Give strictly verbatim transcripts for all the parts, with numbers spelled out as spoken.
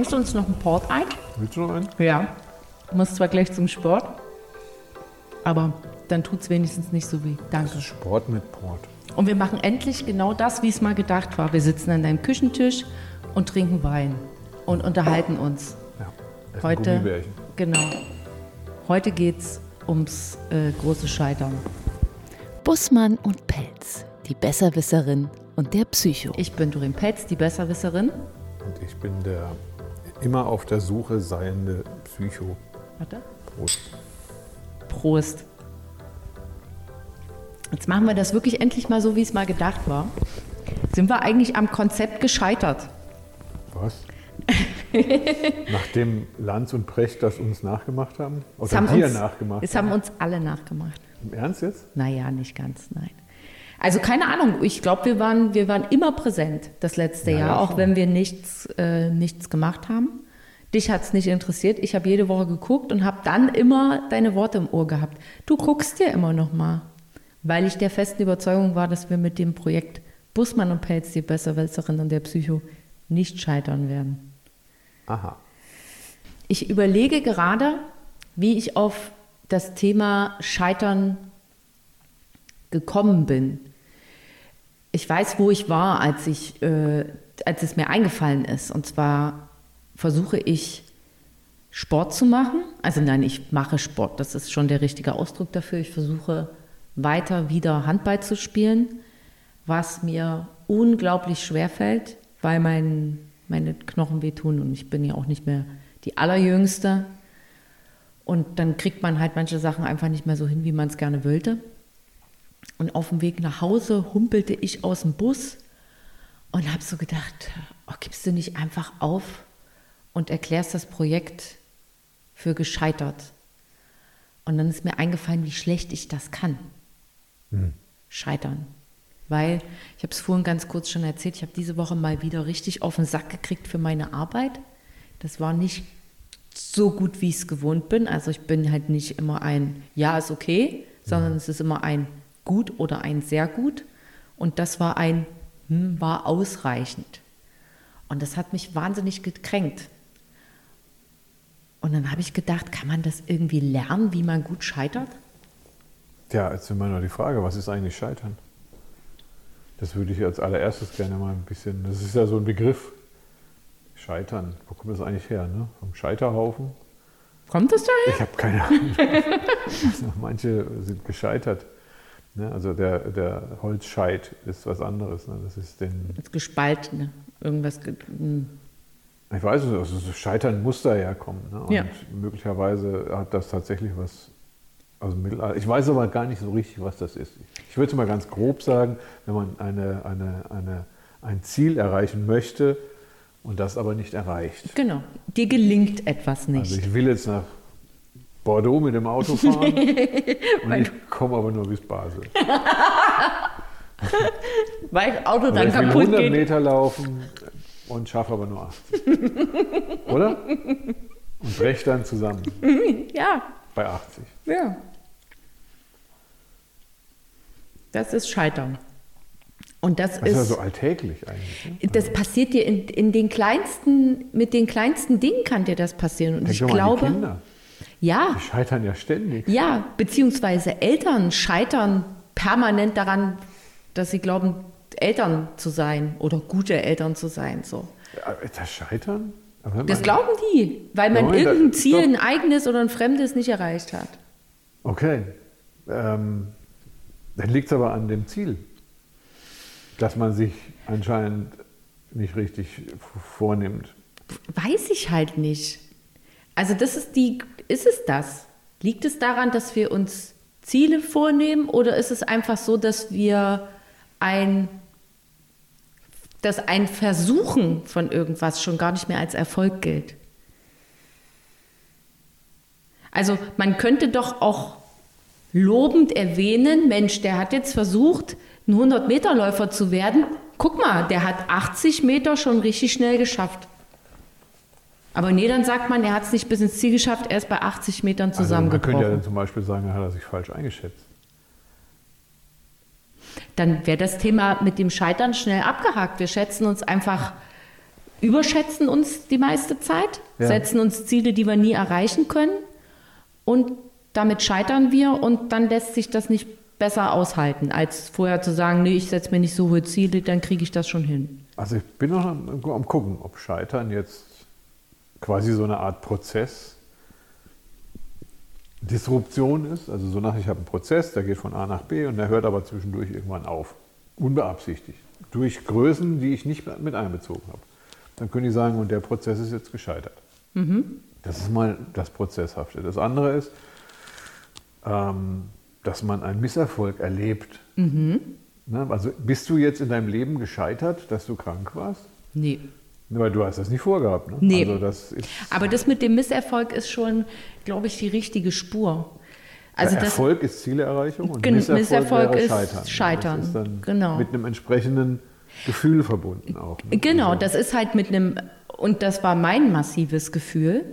Schenkst du uns noch einen Port ein? Willst du noch einen? Ja. Du musst zwar gleich zum Sport, aber dann tut es wenigstens nicht so weh. Danke. Sport mit Port. Und wir machen endlich genau das, wie es mal gedacht war. Wir sitzen an deinem Küchentisch und trinken Wein und unterhalten uns. Ja, essen Heute, Gummibärchen. genau. Heute geht es ums äh, große Scheitern. Bussmann und Pelz, die Besserwisserin und der Psycho. Ich bin Doreen Pelz, die Besserwisserin. Und ich bin der immer auf der Suche seiende Psycho. Warte. Prost. Prost. Jetzt machen wir das wirklich endlich mal so, wie es mal gedacht war. Sind wir eigentlich am Konzept gescheitert? Was? Nachdem Lanz und Precht das uns nachgemacht haben? Oder haben dir uns, nachgemacht Es haben uns alle nachgemacht. Im Ernst jetzt? Naja, nicht ganz, nein. Also keine Ahnung, ich glaube, wir waren, wir waren immer präsent das letzte Ja, Jahr, ja, auch schon. wenn wir nichts, äh, nichts gemacht haben. Dich hat es nicht interessiert. Ich habe jede Woche geguckt und habe dann immer deine Worte im Ohr gehabt. Du guckst dir immer noch mal, weil ich der festen Überzeugung war, dass wir mit dem Projekt Bussmann und Pelz, die Besserwisserin und der Psycho, nicht scheitern werden. Aha. Ich überlege gerade, wie ich auf das Thema Scheitern gekommen bin. Ich weiß, wo ich war, als, ich, äh, als es mir eingefallen ist. Und zwar versuche ich, Sport zu machen. Also nein, ich mache Sport. Das ist schon der richtige Ausdruck dafür. Ich versuche weiter wieder Handball zu spielen, was mir unglaublich schwerfällt, weil mein, meine Knochen wehtun und ich bin ja auch nicht mehr die Allerjüngste. Und dann kriegt man halt manche Sachen einfach nicht mehr so hin, wie man es gerne wollte. Und auf dem Weg nach Hause humpelte ich aus dem Bus und habe so gedacht, oh, gibst du nicht einfach auf und erklärst das Projekt für gescheitert. Und dann ist mir eingefallen, wie schlecht ich das kann. Hm. Scheitern. Weil, ich habe es vorhin ganz kurz schon erzählt, ich habe diese Woche mal wieder richtig auf den Sack gekriegt für meine Arbeit. Das war nicht so gut, wie ich es gewohnt bin. Also ich bin halt nicht immer ein Ja ist okay, sondern es ist immer ein Gut oder ein sehr gut. Und das war ein hm, war ausreichend. Und das hat mich wahnsinnig gekränkt. Und dann habe ich gedacht, kann man das irgendwie lernen, wie man gut scheitert? Tja, jetzt immer nur die Frage, was ist eigentlich Scheitern? Das würde ich als allererstes gerne mal ein bisschen, das ist ja so ein Begriff, Scheitern, wo kommt das eigentlich her? Ne? Vom Scheiterhaufen? Kommt das daher? Ich habe keine Ahnung. Also manche sind gescheitert. Ne? Also der, der Holzscheit ist was anderes. Ne? Das ist den. Das Gespaltene. Irgendwas. Ge hm. Ich weiß es, also das Scheitern muss daher kommen. Ne? Und Ja. möglicherweise hat das tatsächlich was aus dem Mittelalter. Ich weiß aber gar nicht so richtig, was das ist. Ich würde es mal ganz grob sagen, wenn man eine, eine, eine, ein Ziel erreichen möchte und das aber nicht erreicht. Genau. Dir gelingt etwas nicht. Also ich will jetzt nach Bordeaux mit dem Auto fahren und ich komme aber nur bis Basel. Weil das Auto Oder dann ich will kaputt hundert geht. Meter laufen und schaffe aber nur achtzig. Oder? Und breche dann zusammen Ja, bei achtzig. ja. Das ist Scheitern. Und das, Das ist ja ist, so alltäglich eigentlich. Ne? das passiert dir in, in den kleinsten, mit den kleinsten Dingen kann dir das passieren. Und Denk ich doch mal an die glaube, Kinder. ja, Die scheitern ja ständig. ja, beziehungsweise Eltern scheitern permanent daran, dass sie glauben, Eltern zu sein oder gute Eltern zu sein. So. Ja, das Scheitern? Aber wenn Das man- glauben die, weil man Nein, da- irgendein Ziel, stopp. ein eigenes oder ein fremdes nicht erreicht hat. Okay. Ähm, dann liegt es aber an dem Ziel, dass man sich anscheinend nicht richtig vornimmt. Weiß ich halt nicht. Also das ist die, ist es das? Liegt es daran, dass wir uns Ziele vornehmen oder ist es einfach so, dass wir ein, dass ein Versuchen von irgendwas schon gar nicht mehr als Erfolg gilt? Also man könnte doch auch lobend erwähnen, Mensch, der hat jetzt versucht, ein hundert-Meter-Läufer zu werden. Guck mal, der hat achtzig Meter schon richtig schnell geschafft. Aber nee, dann sagt man, er hat es nicht bis ins Ziel geschafft, er ist bei achtzig Metern Also man zusammengebrochen. könnte ja dann zum Beispiel sagen, er hat er sich falsch eingeschätzt. Dann wäre das Thema mit dem Scheitern schnell abgehakt. Wir schätzen uns einfach überschätzen uns die meiste Zeit, Ja. setzen uns Ziele, die wir nie erreichen können und damit scheitern wir und dann lässt sich das nicht besser aushalten, als vorher zu sagen, nee, ich setze mir nicht so hohe Ziele, dann kriege ich das schon hin. Also ich bin noch am, am gucken, ob Scheitern jetzt quasi so eine Art Prozess Disruption ist. Also so nach, ich habe einen Prozess, der geht von A nach B und der hört aber zwischendurch irgendwann auf. Unbeabsichtigt. Durch Größen, die ich nicht mit einbezogen habe. Dann können die sagen, und der Prozess ist jetzt gescheitert. Mhm. Das ist mal das Prozesshafte. Das andere ist, ähm, dass man einen Misserfolg erlebt. Mhm. Ne? Also bist du jetzt in deinem Leben gescheitert, dass du krank warst? Nee. Weil du hast das nicht vorgehabt. Ne? Nee. Also das ist Aber das mit dem Misserfolg ist schon, glaube ich, die richtige Spur. Also der das, Erfolg ist Zielerreichung und Gen- Misserfolg, Misserfolg wäre ist Scheitern. Scheitern, Das ist dann genau. mit einem entsprechenden Gefühl verbunden auch. Ne? Genau, Also, das ist halt mit einem, und das war mein massives Gefühl.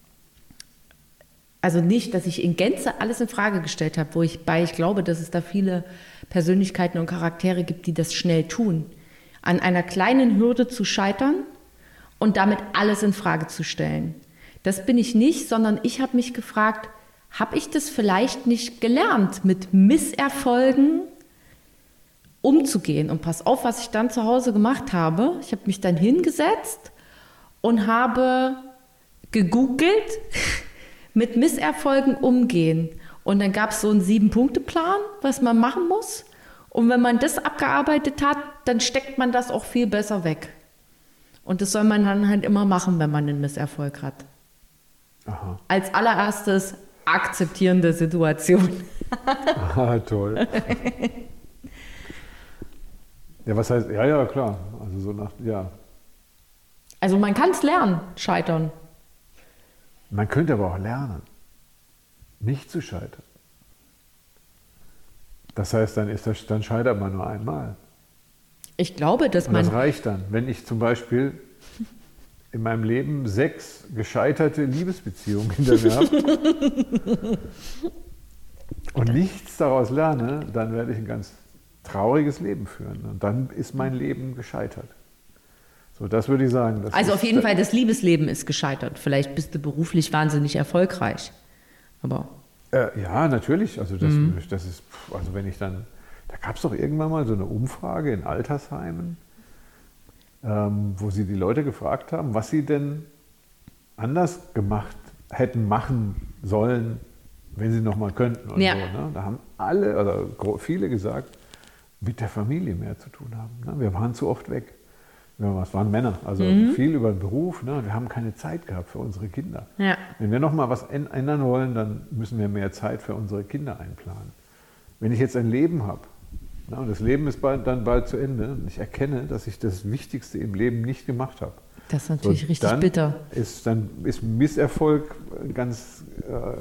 Also nicht, dass ich in Gänze alles in Frage gestellt habe, wo ich bei, ich glaube, dass es da viele Persönlichkeiten und Charaktere gibt, die das schnell tun. An einer kleinen Hürde zu scheitern und damit alles in Frage zu stellen. Das bin ich nicht, sondern ich habe mich gefragt, habe ich das vielleicht nicht gelernt, mit Misserfolgen umzugehen? Und pass auf, was ich dann zu Hause gemacht habe. Ich habe mich dann hingesetzt und habe gegoogelt, mit Misserfolgen umgehen. Und dann gab es so einen Sieben-Punkte-Plan, was man machen muss. Und wenn man das abgearbeitet hat, dann steckt man das auch viel besser weg. Und das soll man dann halt immer machen, wenn man einen Misserfolg hat. Aha. Als allererstes akzeptieren der Situation. Ah, toll. Ja, was heißt, ja, ja, klar. Also so nach, ja. Also man kann es lernen, scheitern. Man könnte aber auch lernen, nicht zu scheitern. Das heißt, dann, ist das, dann scheitert man nur einmal. Ich glaube, dass Und man... das reicht dann. Wenn ich zum Beispiel in meinem Leben sechs gescheiterte Liebesbeziehungen hinter mir habe und nichts daraus lerne, dann werde ich ein ganz trauriges Leben führen. Und dann ist mein Leben gescheitert. So, das würde ich sagen. Das Also ist auf jeden Fall, das Liebesleben ist gescheitert. Vielleicht bist du beruflich wahnsinnig erfolgreich. Aber Äh, ja, natürlich. Also das, Mhm. das ist, also wenn ich dann, da gab es doch irgendwann mal so eine Umfrage in Altersheimen, ähm, wo sie die Leute gefragt haben, was sie denn anders gemacht hätten machen sollen, wenn sie noch mal könnten. Und Ja. so, ne? Da haben alle, also gro- viele gesagt, mit der Familie mehr zu tun haben. Ne? Wir waren zu oft weg. Ja, es waren Männer, also Mhm. viel über den Beruf. Ne? Wir haben keine Zeit gehabt für unsere Kinder. ja. Wenn wir noch mal was änd- ändern wollen, dann müssen wir mehr Zeit für unsere Kinder einplanen. Wenn ich jetzt ein Leben habe, na, und das Leben ist bald, dann bald zu Ende, und ich erkenne, dass ich das Wichtigste im Leben nicht gemacht habe. Das ist natürlich so, richtig dann bitter. Ist, dann ist Misserfolg ein ganz äh,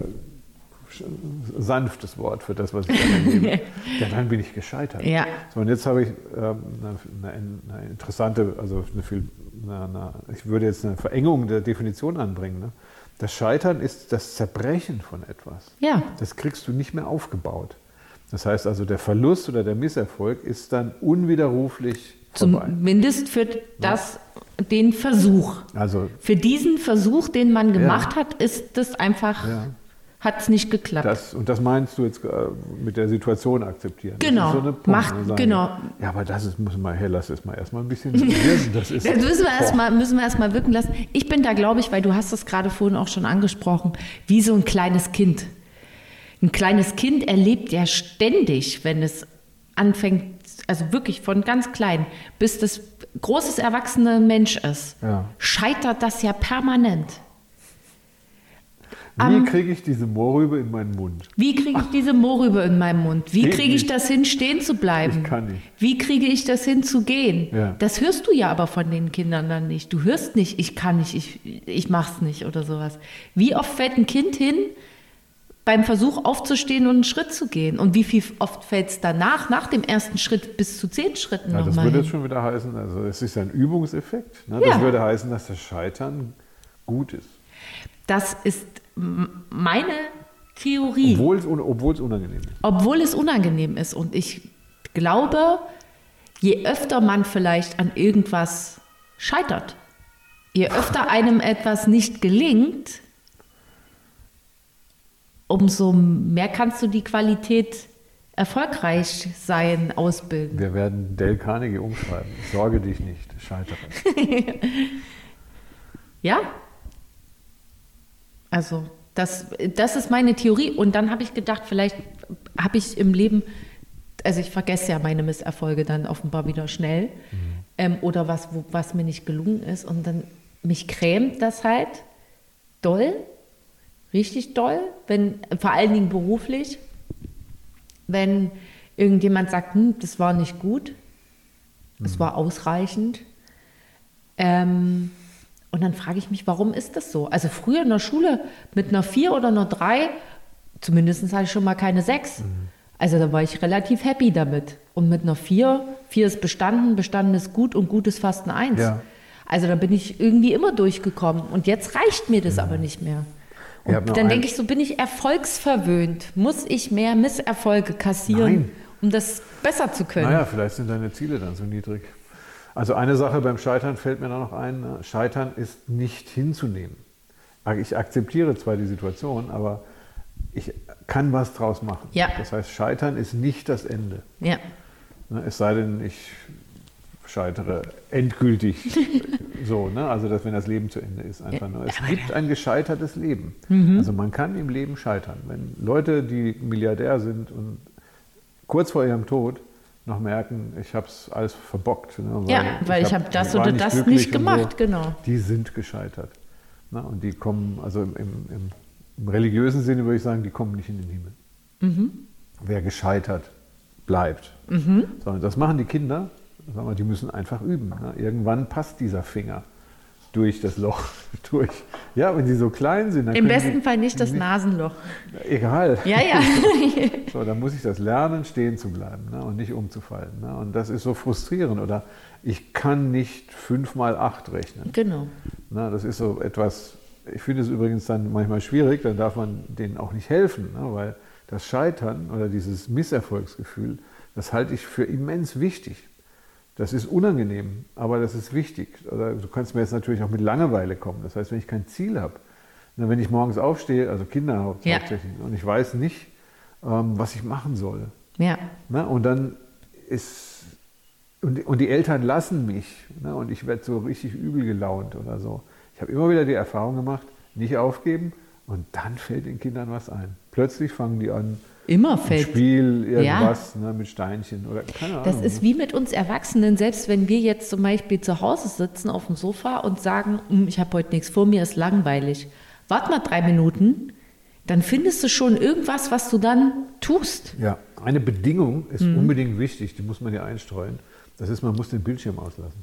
sanftes Wort für das, was ich erlebe. Ja, dann bin ich gescheitert. Ja. So, und jetzt habe ich ähm, eine, eine, eine interessante, also eine viel, eine, eine, ich würde jetzt eine Verengung der Definition anbringen. Ne? Das Scheitern ist das Zerbrechen von etwas. Ja. Das kriegst du nicht mehr aufgebaut. Das heißt also, der Verlust oder der Misserfolg ist dann unwiderruflich vorbei. Zumindest für das, den Versuch. Also Für diesen Versuch, den man gemacht Ja. hat, ist das einfach, Ja. hat es nicht geklappt. das, und das meinst du jetzt äh, mit der Situation akzeptieren. Genau. Das ist so eine Punkt, Macht- wo wir sagen, genau. Ja, aber das ist, muss man, hey, lass es mal erstmal ein bisschen wirken. Das ist, Das müssen wir boah. erstmal müssen wir erst mal wirken lassen. Ich bin da, glaube ich, weil du hast das gerade vorhin auch schon angesprochen, wie so ein kleines Kind. Ein kleines Kind erlebt ja ständig, wenn es anfängt, also wirklich von ganz klein, bis das großes erwachsene Mensch ist, Ja. scheitert das ja permanent. Wie am- kriege ich diese Mohrrübe in meinen Mund? Wie kriege ich diese Mohrrübe in meinem Mund? Wie Geht kriege ich nicht. das hin, stehen zu bleiben? Ich kann nicht. Wie kriege ich das hin, zu gehen? Ja. Das hörst du ja aber von den Kindern dann nicht. Du hörst nicht, ich kann nicht, ich, ich mach's nicht oder sowas. Wie oft fällt ein Kind hin, beim Versuch aufzustehen und einen Schritt zu gehen? Und wie viel oft fällt es danach, nach dem ersten Schritt, bis zu zehn Schritten Ja, das nochmal würde hin? jetzt schon wieder heißen, also es ist ein Übungseffekt. Ne? Ja. Das würde heißen, dass das Scheitern gut ist. Das ist m- meine Theorie. Obwohl es, un- obwohl es unangenehm ist. Obwohl es unangenehm ist. Und ich glaube, je öfter man vielleicht an irgendwas scheitert, je öfter einem etwas nicht gelingt, umso mehr kannst du die Qualität erfolgreich sein ausbilden. Wir werden Dale Carnegie umschreiben. Sorge dich nicht, scheitere. Ja. Also das, das ist meine Theorie. Und dann habe ich gedacht, vielleicht habe ich im Leben, also ich vergesse ja meine Misserfolge dann offenbar wieder schnell, mhm. ähm, oder was, wo, was mir nicht gelungen ist. Und dann mich grämt das halt doll, richtig doll, wenn, vor allen Dingen beruflich, wenn irgendjemand sagt, hm, das war nicht gut, es mhm. war ausreichend. Ähm, und dann frage ich mich, warum ist das so? Also früher in der Schule mit einer vier oder einer drei, zumindest hatte ich schon mal keine sechs. Mhm. Also da war ich relativ happy damit. Und mit einer vier, vier ist bestanden, bestanden ist gut und gut ist fast ein eins. Ja. Also da bin ich irgendwie immer durchgekommen. Und jetzt reicht mir das mhm. aber nicht mehr. Und dann denke ich so, bin ich erfolgsverwöhnt? Muss ich mehr Misserfolge kassieren, Nein. um das besser zu können? Naja, vielleicht sind deine Ziele dann so niedrig. Also eine Sache beim Scheitern fällt mir da noch ein. Scheitern ist nicht hinzunehmen. Ich akzeptiere zwar die Situation, aber ich kann was draus machen. Ja. Das heißt, Scheitern ist nicht das Ende. Ja. Es sei denn, ich scheitere endgültig. So, ne? Also, dass wenn das Leben zu Ende ist, einfach nur. Es gibt ein gescheitertes Leben. Mhm. Also man kann im Leben scheitern. Wenn Leute, die Milliardär sind und kurz vor ihrem Tod noch merken, ich habe es alles verbockt. Ne? Weil ja, weil ich, ich habe hab das oder das nicht gemacht, so, genau. Die sind gescheitert. Ne? Und die kommen, also im, im, im religiösen Sinne würde ich sagen, die kommen nicht in den Himmel. Mhm. Wer gescheitert bleibt. Mhm. So, und das machen die Kinder. Sagen wir, die müssen einfach üben. Ne? Irgendwann passt dieser Finger durch das Loch durch. Ja, wenn sie so klein sind, dann im besten die, Fall nicht das nicht, Nasenloch. Egal. Ja, ja. So, dann muss ich das lernen, stehen zu bleiben, ne? Und nicht umzufallen. Ne? Und das ist so frustrierend. Oder ich kann nicht fünf mal acht rechnen. Genau. Ne? Das ist so etwas, ich finde es übrigens dann manchmal schwierig, dann darf man denen auch nicht helfen, ne? Weil das Scheitern oder dieses Misserfolgsgefühl, das halte ich für immens wichtig. Das ist unangenehm, aber das ist wichtig. Oder du kannst mir jetzt natürlich auch mit Langeweile kommen. Das heißt, wenn ich kein Ziel habe, wenn ich morgens aufstehe, also Kinder hauptsächlich, ja. und ich weiß nicht, was ich machen soll. Ja. Und dann ist, und die Eltern lassen mich, und ich werde so richtig übel gelaunt oder so. Ich habe immer wieder die Erfahrung gemacht, nicht aufgeben, und dann fällt den Kindern was ein. Plötzlich fangen die an, Immer fällt. Spiel, irgendwas, ja. ne, mit Steinchen oder keine Ahnung. Das ist wie mit uns Erwachsenen, selbst wenn wir jetzt zum Beispiel zu Hause sitzen auf dem Sofa und sagen, ich habe heute nichts vor, mir ist langweilig. Wart mal drei Minuten, dann findest du schon irgendwas, was du dann tust. Ja, eine Bedingung ist mhm. unbedingt wichtig, die muss man ja einstreuen. Das ist, man muss den Bildschirm auslassen.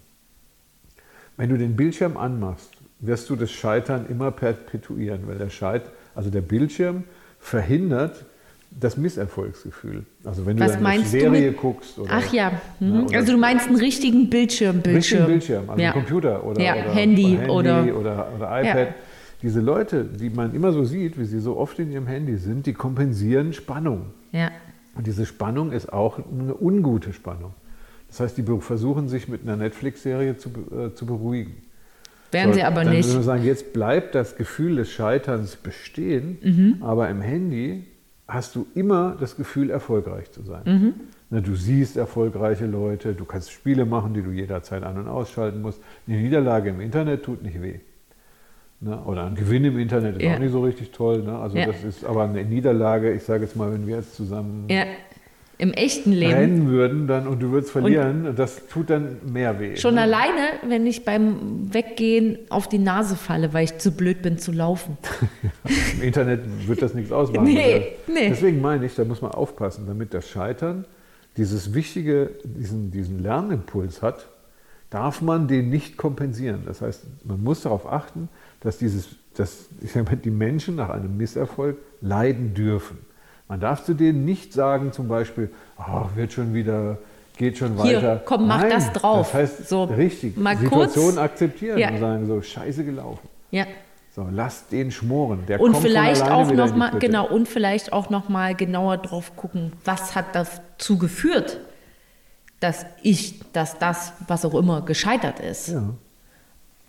Wenn du den Bildschirm anmachst, wirst du das Scheitern immer perpetuieren, weil der Scheit, also der Bildschirm verhindert das Misserfolgsgefühl. Also wenn du Was eine Serie guckst. Oder, Ach ja, mhm. ne, also du meinst einen richtigen Bildschirm. Bildschirm. Richtigen Bildschirm, also ja. Computer oder, ja, oder Handy, Handy oder, oder, oder iPad. Ja. Diese Leute, die man immer so sieht, wie sie so oft in ihrem Handy sind, die kompensieren Spannung. Ja. Und diese Spannung ist auch eine ungute Spannung. Das heißt, die versuchen sich mit einer Netflix-Serie zu, äh, zu beruhigen. Werden so, sie aber dann nicht. Dann würde man sagen, jetzt bleibt das Gefühl des Scheiterns bestehen, mhm. aber im Handy hast du immer das Gefühl, erfolgreich zu sein. Mhm. Na, du siehst erfolgreiche Leute, du kannst Spiele machen, die du jederzeit an- und ausschalten musst. Eine Niederlage im Internet tut nicht weh. Na, oder ein Gewinn im Internet ist ja. auch nicht so richtig toll. Ne? Also ja. das ist aber eine Niederlage, ich sage jetzt mal, wenn wir jetzt zusammen ja. im echten Leben rennen würden dann, und du würdest verlieren, und das tut dann mehr weh. Schon ne? alleine, wenn ich beim Weggehen auf die Nase falle, weil ich zu blöd bin zu laufen. Im Internet wird das nichts ausmachen. Nee, nee. Deswegen meine ich, da muss man aufpassen, damit das Scheitern dieses wichtige, diesen, diesen Lernimpuls hat, darf man den nicht kompensieren. Das heißt, man muss darauf achten, dass, dieses, dass ich sag mal, die Menschen nach einem Misserfolg leiden dürfen. Man darf zu denen nicht sagen, zum Beispiel, oh, wird schon wieder, geht schon Hier, weiter. Komm, mach Nein, das drauf. Das heißt, so, richtig, mal Situation kurz, akzeptieren ja. und sagen so, scheiße gelaufen. Ja. So, lass den schmoren. Der und kommt vielleicht von auch noch in die mal, Pötte. genau, und vielleicht auch noch mal genauer drauf gucken, was hat dazu geführt, dass ich, dass das, was auch immer, gescheitert ist. Ja.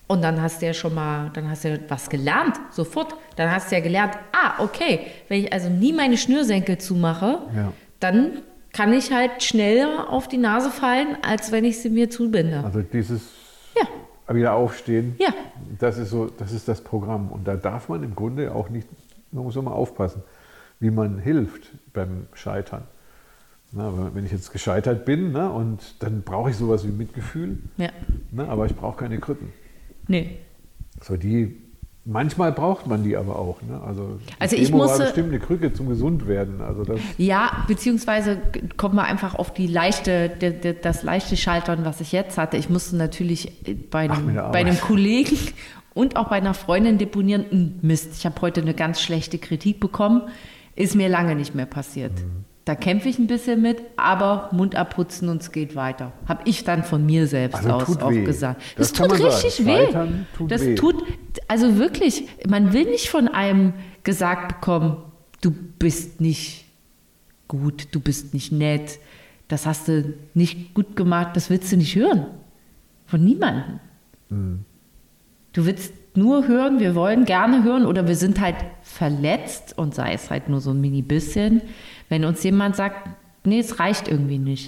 Und dann hast du ja schon mal, dann hast du ja was gelernt, sofort. Dann hast du ja gelernt, ah, okay, wenn ich also nie meine Schnürsenkel zumache, Ja. dann kann ich halt schneller auf die Nase fallen, als wenn ich sie mir zubinde. Also dieses Ja. wieder aufstehen, Ja. das ist so, das ist das Programm. Und da darf man im Grunde auch nicht, man muss immer aufpassen, wie man hilft beim Scheitern. Na, wenn ich jetzt gescheitert bin, ne, und dann brauche ich sowas wie Mitgefühl, Ja. ne, aber ich brauche keine Krücken. Nee. So die, manchmal braucht man die aber auch. Ne? Also, Also die ich Chemo war musste- bestimmt eine Krücke zum Gesundwerden. Also das, Ja, beziehungsweise kommt man einfach auf die leichte, de, de, das leichte Scheitern, was ich jetzt hatte. Ich musste natürlich bei Ach, einem, mit der Arbeit. bei einem Kollegen und auch bei einer Freundin deponieren, "Hm, Mist, ich habe heute eine ganz schlechte Kritik bekommen. Ist mir lange nicht mehr passiert. Mhm. Da kämpfe ich ein bisschen mit, aber Mund abputzen und es geht weiter. Habe ich dann von mir selbst Also aus tut auch weh. gesagt. Das Das, kann tut man sagen. richtig weh. Scheitern tut das weh. tut, also wirklich, man will nicht von einem gesagt bekommen, du bist nicht gut, du bist nicht nett, das hast du nicht gut gemacht, das willst du nicht hören. Von niemandem. Mhm. Du willst nur hören, wir wollen gerne hören oder wir sind halt verletzt und sei es halt nur so ein mini bisschen, wenn uns jemand sagt, nee, es reicht irgendwie nicht.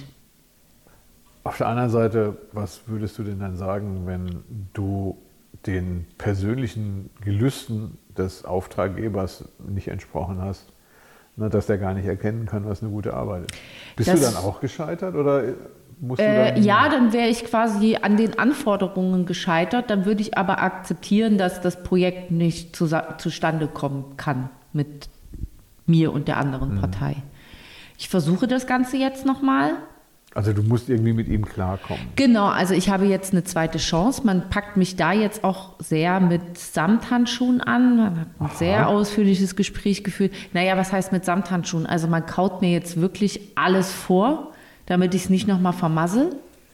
Auf der anderen Seite, was würdest du denn dann sagen, wenn du den persönlichen Gelüsten des Auftraggebers nicht entsprochen hast, ne, dass der gar nicht erkennen kann, was eine gute Arbeit ist? Bist Das- du dann auch gescheitert oder musst du Äh, dann... ja, dann wäre ich quasi an den Anforderungen gescheitert, dann würde ich aber akzeptieren, dass das Projekt nicht zu, zustande kommen kann mit mir und der anderen Mhm. Partei. Ich versuche das Ganze jetzt nochmal. Also du musst irgendwie mit ihm klarkommen. Genau, also ich habe jetzt eine zweite Chance. Man packt mich da jetzt auch sehr mit Samthandschuhen an. Man hat ein Aha. sehr ausführliches Gespräch geführt. Naja, was heißt mit Samthandschuhen? Also man kaut mir jetzt wirklich alles vor, damit ich es nicht nochmal vermassel.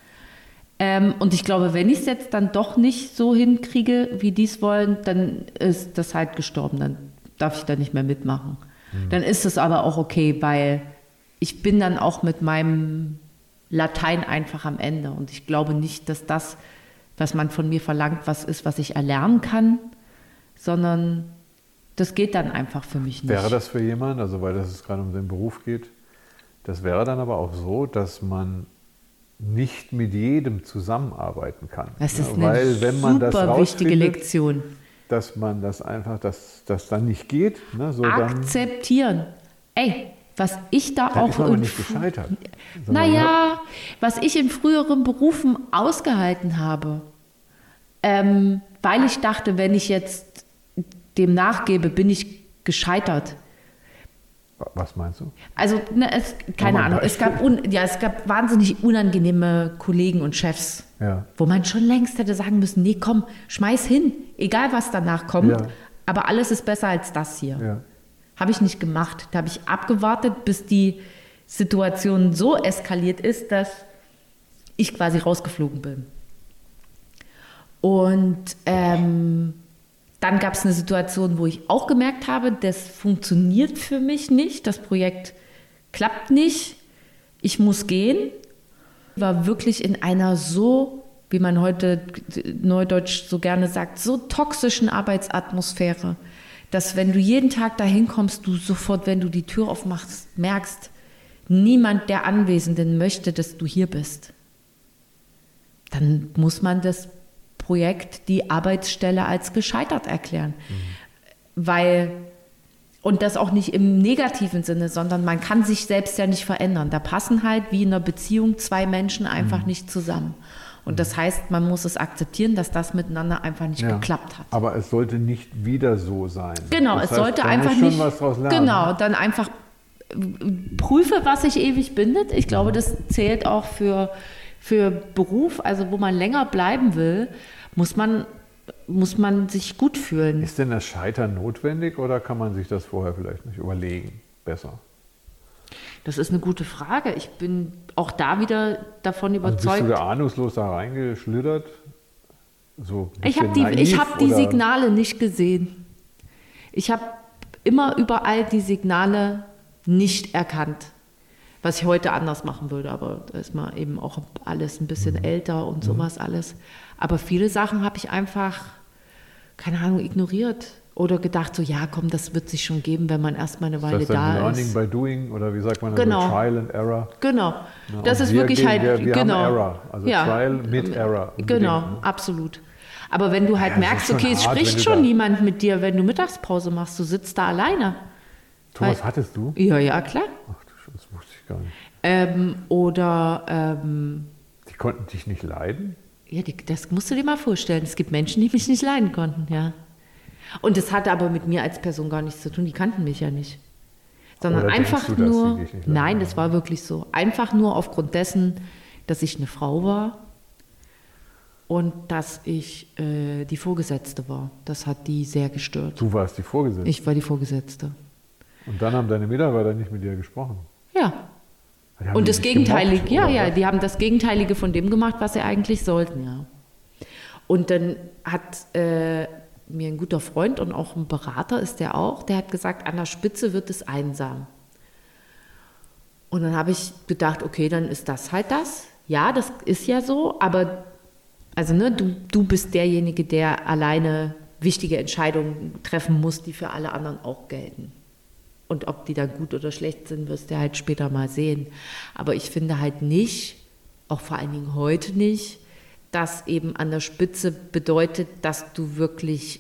Ähm, und ich glaube, wenn ich es jetzt dann doch nicht so hinkriege, wie die es wollen, dann ist das halt gestorben. Dann darf ich da nicht mehr mitmachen. Dann ist es aber auch okay, weil ich bin dann auch mit meinem Latein einfach am Ende. Und ich glaube nicht, dass das, was man von mir verlangt, was ist, was ich erlernen kann, sondern das geht dann einfach für mich nicht. Wäre das für jemanden, also weil das es gerade um den Beruf geht, das wäre dann aber auch so, dass man nicht mit jedem zusammenarbeiten kann. Das ist Ja, eine weil wenn man das super wichtige rausfindet, Lektion. dass man das einfach, dass das dann nicht geht, ne, so dann, Akzeptieren. Ey, was ich da dann auch ist man aber in nicht Fu- gescheitert. sondern Naja, was ich in früheren Berufen ausgehalten habe, ähm, weil ich dachte, wenn ich jetzt dem nachgebe, bin ich gescheitert. Was meinst du? Also, ne, es, keine Mach mal ein Ahnung, es gab, un, ja, es gab wahnsinnig unangenehme Kollegen und Chefs, Ja. wo man schon längst hätte sagen müssen, nee, komm, schmeiß hin, egal was danach kommt, Ja. aber alles ist besser als das hier. Ja. Habe ich nicht gemacht. Da habe ich abgewartet, bis die Situation so eskaliert ist, dass ich quasi rausgeflogen bin. Und ähm, dann gab es eine Situation, wo ich auch gemerkt habe, das funktioniert für mich nicht, das Projekt klappt nicht, ich muss gehen. War wirklich in einer so, wie man heute neudeutsch so gerne sagt, so toxischen Arbeitsatmosphäre, dass wenn du jeden Tag dahin kommst, du sofort, wenn du die Tür aufmachst, merkst, niemand der Anwesenden möchte, dass du hier bist. Dann muss man das Projekt, die Arbeitsstelle als gescheitert erklären. Mhm. Weil, und das auch nicht im negativen Sinne, sondern man kann sich selbst ja nicht verändern. Da passen halt wie in einer Beziehung zwei Menschen einfach mhm. nicht zusammen. Und das heißt, man muss es akzeptieren, dass das miteinander einfach nicht Ja. geklappt hat. Aber es sollte nicht wieder so sein. Genau, Das es heißt, sollte da einfach muss schon nicht. was draus lernen. Genau, dann einfach äh, prüfe, was sich ewig bindet. Ich glaube, das zählt auch für, für Beruf, also wo man länger bleiben will, muss man, muss man sich gut fühlen. Ist denn das Scheitern notwendig oder kann man sich das vorher vielleicht nicht überlegen? Besser. Das ist eine gute Frage. Ich bin auch da wieder davon Also bist überzeugt. du da ahnungslos da reingeschlittert? So ein Ich habe bisschen die, ich naiv hab die oder- Signale nicht gesehen. Ich habe immer überall die Signale nicht erkannt. Was ich heute anders machen würde, aber da ist man eben auch alles ein bisschen mhm. älter und sowas alles. Aber viele Sachen habe ich einfach, keine Ahnung, ignoriert. Oder gedacht so, ja komm, das wird sich schon geben, wenn man erstmal eine Weile ist das da Learning ist. Learning by doing oder wie sagt man genau. also Trial and Error? Genau, ja, das ist wir wirklich gehen, halt, wir, wir genau. haben Error, also ja. Trial mit Error. Genau, ne? absolut. Aber wenn du halt ja, merkst, okay, es hart, spricht schon niemand mit dir, wenn du Mittagspause machst, du sitzt da alleine. Thomas, Weil, hattest du? Ja, ja, klar. Ach du, das wusste ich gar nicht. Ähm, oder... Ähm, die konnten dich nicht leiden? Ja, die, das musst du dir mal vorstellen. Es gibt Menschen, die mich nicht leiden konnten, ja. Und das hatte aber mit mir als Person gar nichts zu tun, die kannten mich ja nicht. Sondern Oder einfach denkst du, nur... dass sie dich nicht leiden Nein, haben? das war wirklich so. Einfach nur aufgrund dessen, dass ich eine Frau war und dass ich äh, die Vorgesetzte war. Das hat die sehr gestört. Du warst die Vorgesetzte? Ich war die Vorgesetzte. Und dann haben deine Mitarbeiter nicht mit dir gesprochen? Ja. Die haben Und die das dich Gegenteilige, gemobbt, ja, oder ja, was? die haben das Gegenteilige von dem gemacht, was sie eigentlich sollten, ja. Und dann hat äh, mir ein guter Freund und auch ein Berater ist der auch, der hat gesagt, an der Spitze wird es einsam. Und dann habe ich gedacht, okay, dann ist das halt das. Ja, das ist ja so, aber also ne, du, du bist derjenige, der alleine wichtige Entscheidungen treffen muss, die für alle anderen auch gelten. Und ob die dann gut oder schlecht sind, wirst du halt später mal sehen. Aber ich finde halt nicht, auch vor allen Dingen heute nicht, dass eben an der Spitze bedeutet, dass du wirklich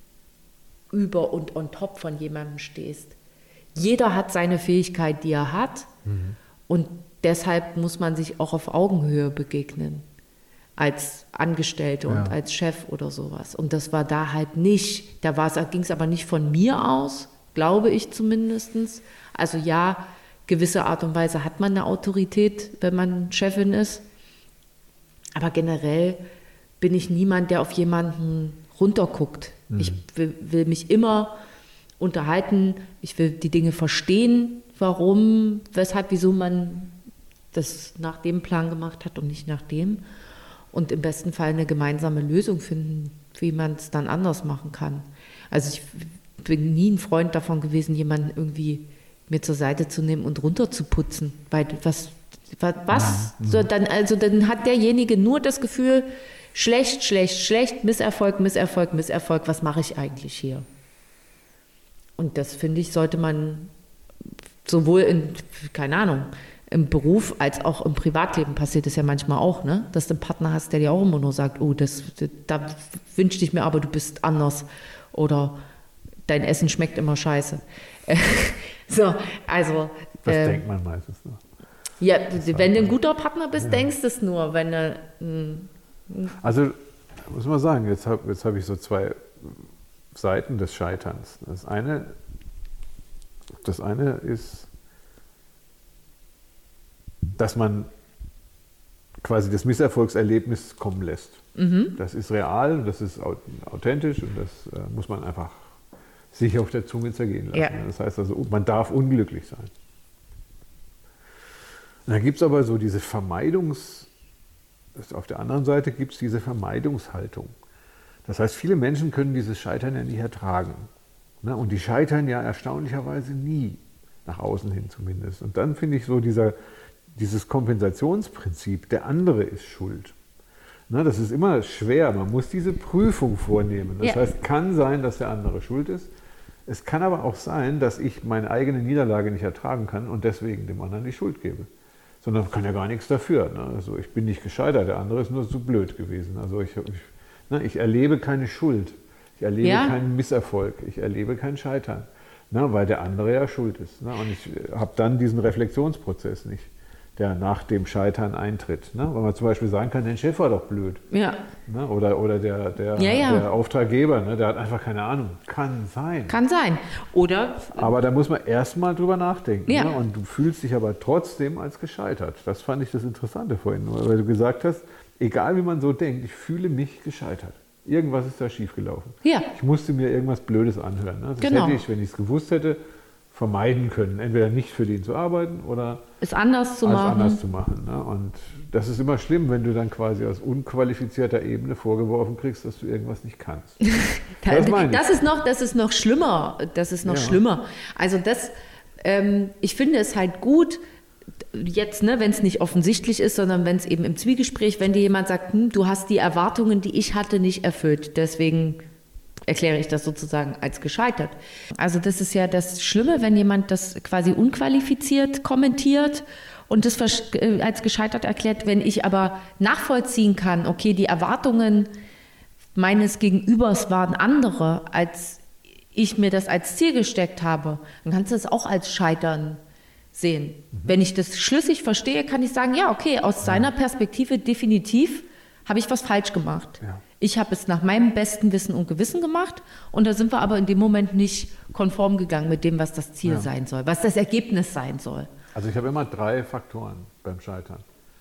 über und on top von jemandem stehst. Jeder hat seine Fähigkeit, die er hat. Mhm. Und deshalb muss man sich auch auf Augenhöhe begegnen. Als Angestellte und ja. als Chef oder sowas. Und das war da halt nicht. Da ging es aber nicht von mir aus, glaube ich zumindest. Also ja, gewisse Art und Weise hat man eine Autorität, wenn man Chefin ist. Aber generell bin ich niemand, der auf jemanden runterguckt. Mhm. Ich will, will mich immer unterhalten. Ich will die Dinge verstehen, warum, weshalb, wieso man das nach dem Plan gemacht hat und nicht nach dem. Und im besten Fall eine gemeinsame Lösung finden, wie man es dann anders machen kann. Also ich bin nie ein Freund davon gewesen, jemanden irgendwie mir zur Seite zu nehmen und runterzuputzen. Weil was, was, was? Mhm. So, dann, also dann hat derjenige nur das Gefühl, schlecht, schlecht, schlecht, Misserfolg, Misserfolg, Misserfolg, was mache ich eigentlich hier? Und das, finde ich, sollte man sowohl in, keine Ahnung, im Beruf als auch im Privatleben passiert es ja manchmal auch, ne? Dass du einen Partner hast, der dir auch immer nur sagt, oh, das, da wünschte ich mir aber, du bist anders oder dein Essen schmeckt immer scheiße. so, also... Das äh, denkt man meistens nur. Ja, wenn du ein guter Partner bist, ja. denkst du es nur, wenn du... Mh, also, muss man sagen, jetzt habe jetzt hab ich so zwei Seiten des Scheiterns. Das eine, das eine ist, dass man quasi das Misserfolgserlebnis kommen lässt. Mhm. Das ist real, das ist authentisch und das äh, muss man einfach sich auf der Zunge zergehen lassen. Ja. Das heißt also, man darf unglücklich sein. Und dann gibt es aber so diese Vermeidungs... Auf der anderen Seite gibt es diese Vermeidungshaltung. Das heißt, viele Menschen können dieses Scheitern ja nicht ertragen. Und die scheitern ja erstaunlicherweise nie, nach außen hin zumindest. Und dann finde ich so dieser... Dieses Kompensationsprinzip, der andere ist schuld. Na, das ist immer schwer, man muss diese Prüfung vornehmen. Das ja. heißt, kann sein, dass der andere schuld ist. Es kann aber auch sein, dass ich meine eigene Niederlage nicht ertragen kann und deswegen dem anderen die Schuld gebe. Sondern kann ja gar nichts dafür. Ne? Also ich bin nicht gescheitert, der andere ist nur so blöd gewesen. Also ich, ich, ne, ich erlebe keine Schuld, ich erlebe ja. keinen Misserfolg, ich erlebe kein Scheitern, ne, weil der andere ja schuld ist. Ne? Und ich habe dann diesen Reflexionsprozess nicht, der nach dem Scheitern eintritt. Ne? Weil man zum Beispiel sagen kann, dein Chef war doch blöd. Ja. Ne? Oder, oder der, der, ja, ja. der Auftraggeber, ne? Der hat einfach keine Ahnung. Kann sein. Kann sein. Oder... Aber da muss man erstmal drüber nachdenken. Ja. Ne? Und du fühlst dich aber trotzdem als gescheitert. Das fand ich das Interessante vorhin, weil du gesagt hast, egal wie man so denkt, ich fühle mich gescheitert. Irgendwas ist da schiefgelaufen. Ja. Ich musste mir irgendwas Blödes anhören. Ne? Das genau. hätte ich, wenn ich es gewusst hätte, vermeiden können. Entweder nicht für den zu arbeiten oder es anders zu machen. anders zu machen. Ne? Und das ist immer schlimm, wenn du dann quasi aus unqualifizierter Ebene vorgeworfen kriegst, dass du irgendwas nicht kannst. das, das, ist noch, das ist noch schlimmer. Das ist noch ja. schlimmer. Also das, ähm, ich finde es halt gut, jetzt, ne, wenn es nicht offensichtlich ist, sondern wenn es eben im Zwiegespräch, wenn dir jemand sagt, hm, du hast die Erwartungen, die ich hatte, nicht erfüllt, deswegen erkläre ich das sozusagen als gescheitert. Also das ist ja das Schlimme, wenn jemand das quasi unqualifiziert kommentiert und das als gescheitert erklärt. Wenn ich aber nachvollziehen kann, okay, die Erwartungen meines Gegenübers waren andere, als ich mir das als Ziel gesteckt habe, dann kannst du das auch als Scheitern sehen. Mhm. Wenn ich das schlüssig verstehe, kann ich sagen, ja, okay, aus ja. seiner Perspektive definitiv habe ich was falsch gemacht. Ja. Ich habe es nach meinem besten Wissen und Gewissen gemacht und da sind wir aber in dem Moment nicht konform gegangen mit dem, was das Ziel ja. sein soll, was das Ergebnis sein soll. Also ich habe immer drei Faktoren beim Scheitern.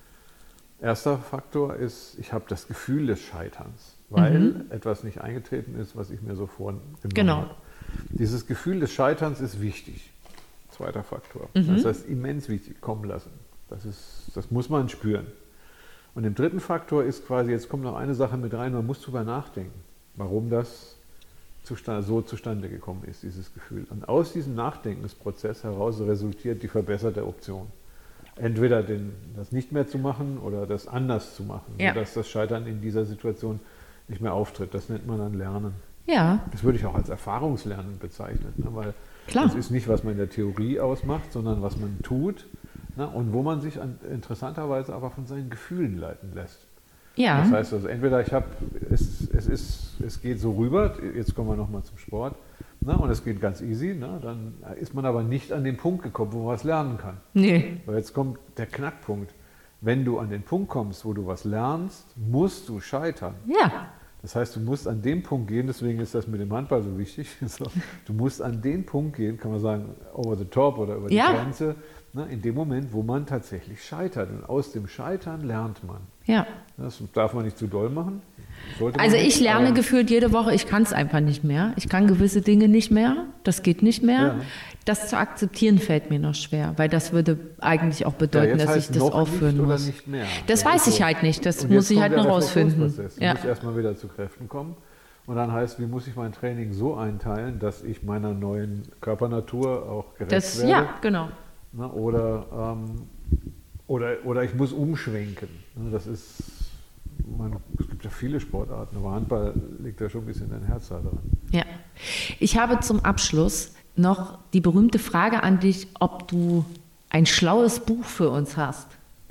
Erster Faktor ist, ich habe das Gefühl des Scheiterns, weil mhm. etwas nicht eingetreten ist, was ich mir so vorgenommen genau. habe. Dieses Gefühl des Scheiterns ist wichtig. Zweiter Faktor. Mhm. Das heißt, immens wichtig, kommen lassen. Das, ist, das muss man spüren. Und im dritten Faktor ist quasi, jetzt kommt noch eine Sache mit rein, man muss drüber nachdenken, warum das zustande, so zustande gekommen ist, dieses Gefühl. Und aus diesem Nachdenkensprozess heraus resultiert die verbesserte Option. Entweder den, das nicht mehr zu machen oder das anders zu machen, ja. sodass das Scheitern in dieser Situation nicht mehr auftritt. Das nennt man dann Lernen. Ja. Das würde ich auch als Erfahrungslernen bezeichnen, ne? Weil Klar. das ist nicht, was man in der Theorie ausmacht, sondern was man tut. Na, und wo man sich an, interessanterweise aber von seinen Gefühlen leiten lässt. Ja. Das heißt also, entweder ich habe, es, es, ist, es geht so rüber, jetzt kommen wir nochmal zum Sport, na, und es geht ganz easy, na, dann ist man aber nicht an den Punkt gekommen, wo man was lernen kann. Nee. Weil jetzt kommt der Knackpunkt. Wenn du an den Punkt kommst, wo du was lernst, musst du scheitern. Ja. Das heißt, du musst an den Punkt gehen, deswegen ist das mit dem Handball so wichtig. So, du musst an den Punkt gehen, kann man sagen, over the top oder über die ja. Grenze, ne, in dem Moment, wo man tatsächlich scheitert. Und aus dem Scheitern lernt man. Ja. Das darf man nicht zu doll machen. Sollte also man ich nicht, lerne gefühlt jede Woche, ich kann es einfach nicht mehr. Ich kann gewisse Dinge nicht mehr, das geht nicht mehr. Ja. Das zu akzeptieren fällt mir noch schwer, weil das würde eigentlich auch bedeuten, ja, dass ich das aufhören nicht muss. Oder nicht mehr. Das ja, weiß so. ich halt nicht, das und muss ich halt noch rausfinden. Du ja. musst erstmal wieder zu Kräften kommen. Und dann heißt, wie muss ich mein Training so einteilen, dass ich meiner neuen Körpernatur auch gerecht das, werde. Ja, genau. Na, oder, ähm, oder, oder ich muss umschwenken. Das ist, man, es gibt ja viele Sportarten, aber Handball liegt ja schon ein bisschen dein Herz da dran. Ja. Ich habe zum Abschluss noch die berühmte Frage an dich, ob du ein schlaues Buch für uns hast.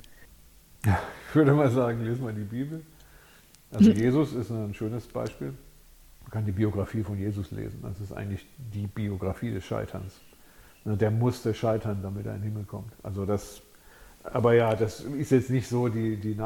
Ja, ich würde mal sagen, lese mal die Bibel. Also Jesus ist ein schönes Beispiel. Man kann die Biografie von Jesus lesen. Das ist eigentlich die Biografie des Scheiterns. Der musste scheitern, damit er in den Himmel kommt. Also das, aber ja, das ist jetzt nicht so die, die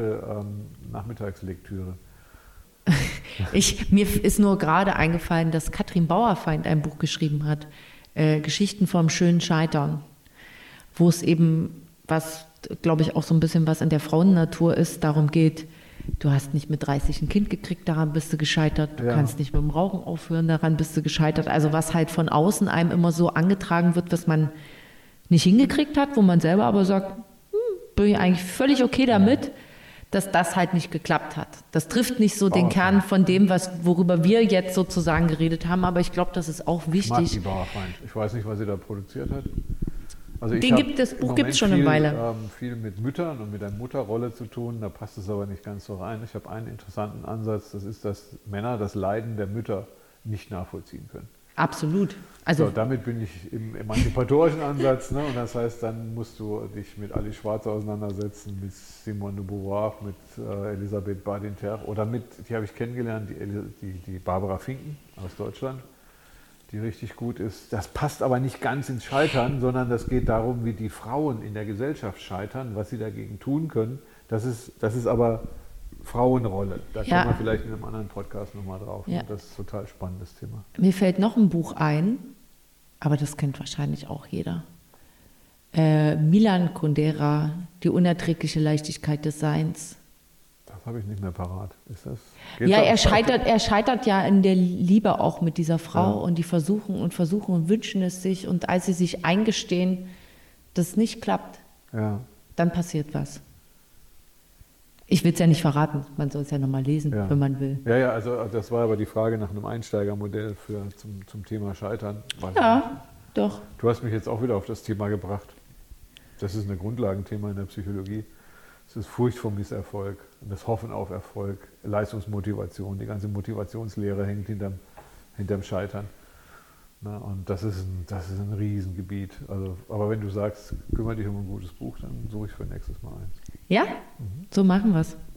Nachhilfe-Nachmittagslektüre. Ähm, ich, mir ist nur gerade eingefallen, dass Katrin Bauerfeind ein Buch geschrieben hat, äh, Geschichten vom schönen Scheitern, wo es eben, was glaube ich auch so ein bisschen was in der Frauennatur ist, darum geht, du hast nicht mit dreißig ein Kind gekriegt, daran bist du gescheitert. Du ja. kannst nicht mit dem Rauchen aufhören, daran bist du gescheitert. Also was halt von außen einem immer so angetragen wird, was man nicht hingekriegt hat, wo man selber aber sagt, hm, bin ich eigentlich völlig okay damit, dass das halt nicht geklappt hat. Das trifft nicht so den Kern von dem, was, worüber wir jetzt sozusagen geredet haben, aber ich glaube, das ist auch wichtig. Ich mag die Bauerfeind. Ich weiß nicht, was sie da produziert hat. Also ich Den gibt, das Buch gibt es schon viel, eine Weile. Ähm, viel mit Müttern und mit der Mutterrolle zu tun, da passt es aber nicht ganz so rein. Ich habe einen interessanten Ansatz, das ist, dass Männer das Leiden der Mütter nicht nachvollziehen können. Absolut. Also so, damit bin ich im emanzipatorischen Ansatz, ne? Und das heißt, dann musst du dich mit Alice Schwarzer auseinandersetzen, mit Simone de Beauvoir, mit äh, Elisabeth Badinter oder mit, die habe ich kennengelernt, die, die, die Barbara Finken aus Deutschland, die richtig gut ist. Das passt aber nicht ganz ins Scheitern, sondern das geht darum, wie die Frauen in der Gesellschaft scheitern, was sie dagegen tun können. Das ist, das ist aber Frauenrolle. Da ja. kommen wir vielleicht in einem anderen Podcast nochmal drauf. Ja. Das ist ein total spannendes Thema. Mir fällt noch ein Buch ein, aber das kennt wahrscheinlich auch jeder. Äh, Milan Kundera, Die unerträgliche Leichtigkeit des Seins. Das habe ich nicht mehr parat. Ist das? Ja, er scheitert, er scheitert ja in der Liebe auch mit dieser Frau ja. und die versuchen und versuchen und wünschen es sich und als sie sich eingestehen, dass es nicht klappt, ja. dann passiert was. Ich will es ja nicht verraten, man soll es ja nochmal lesen, ja. wenn man will. Ja, ja, also das war aber die Frage nach einem Einsteigermodell für, zum, zum Thema Scheitern. Ja, doch. Du hast mich jetzt auch wieder auf das Thema gebracht. Das ist ein Grundlagenthema in der Psychologie. Es ist Furcht vor Misserfolg, das Hoffen auf Erfolg, Leistungsmotivation. Die ganze Motivationslehre hängt hinterm, hinterm Scheitern. Na, und das ist ein, das ist ein Riesengebiet. Also, aber wenn du sagst, kümmere dich um ein gutes Buch, dann suche ich für nächstes Mal eins. Ja, so machen wir es.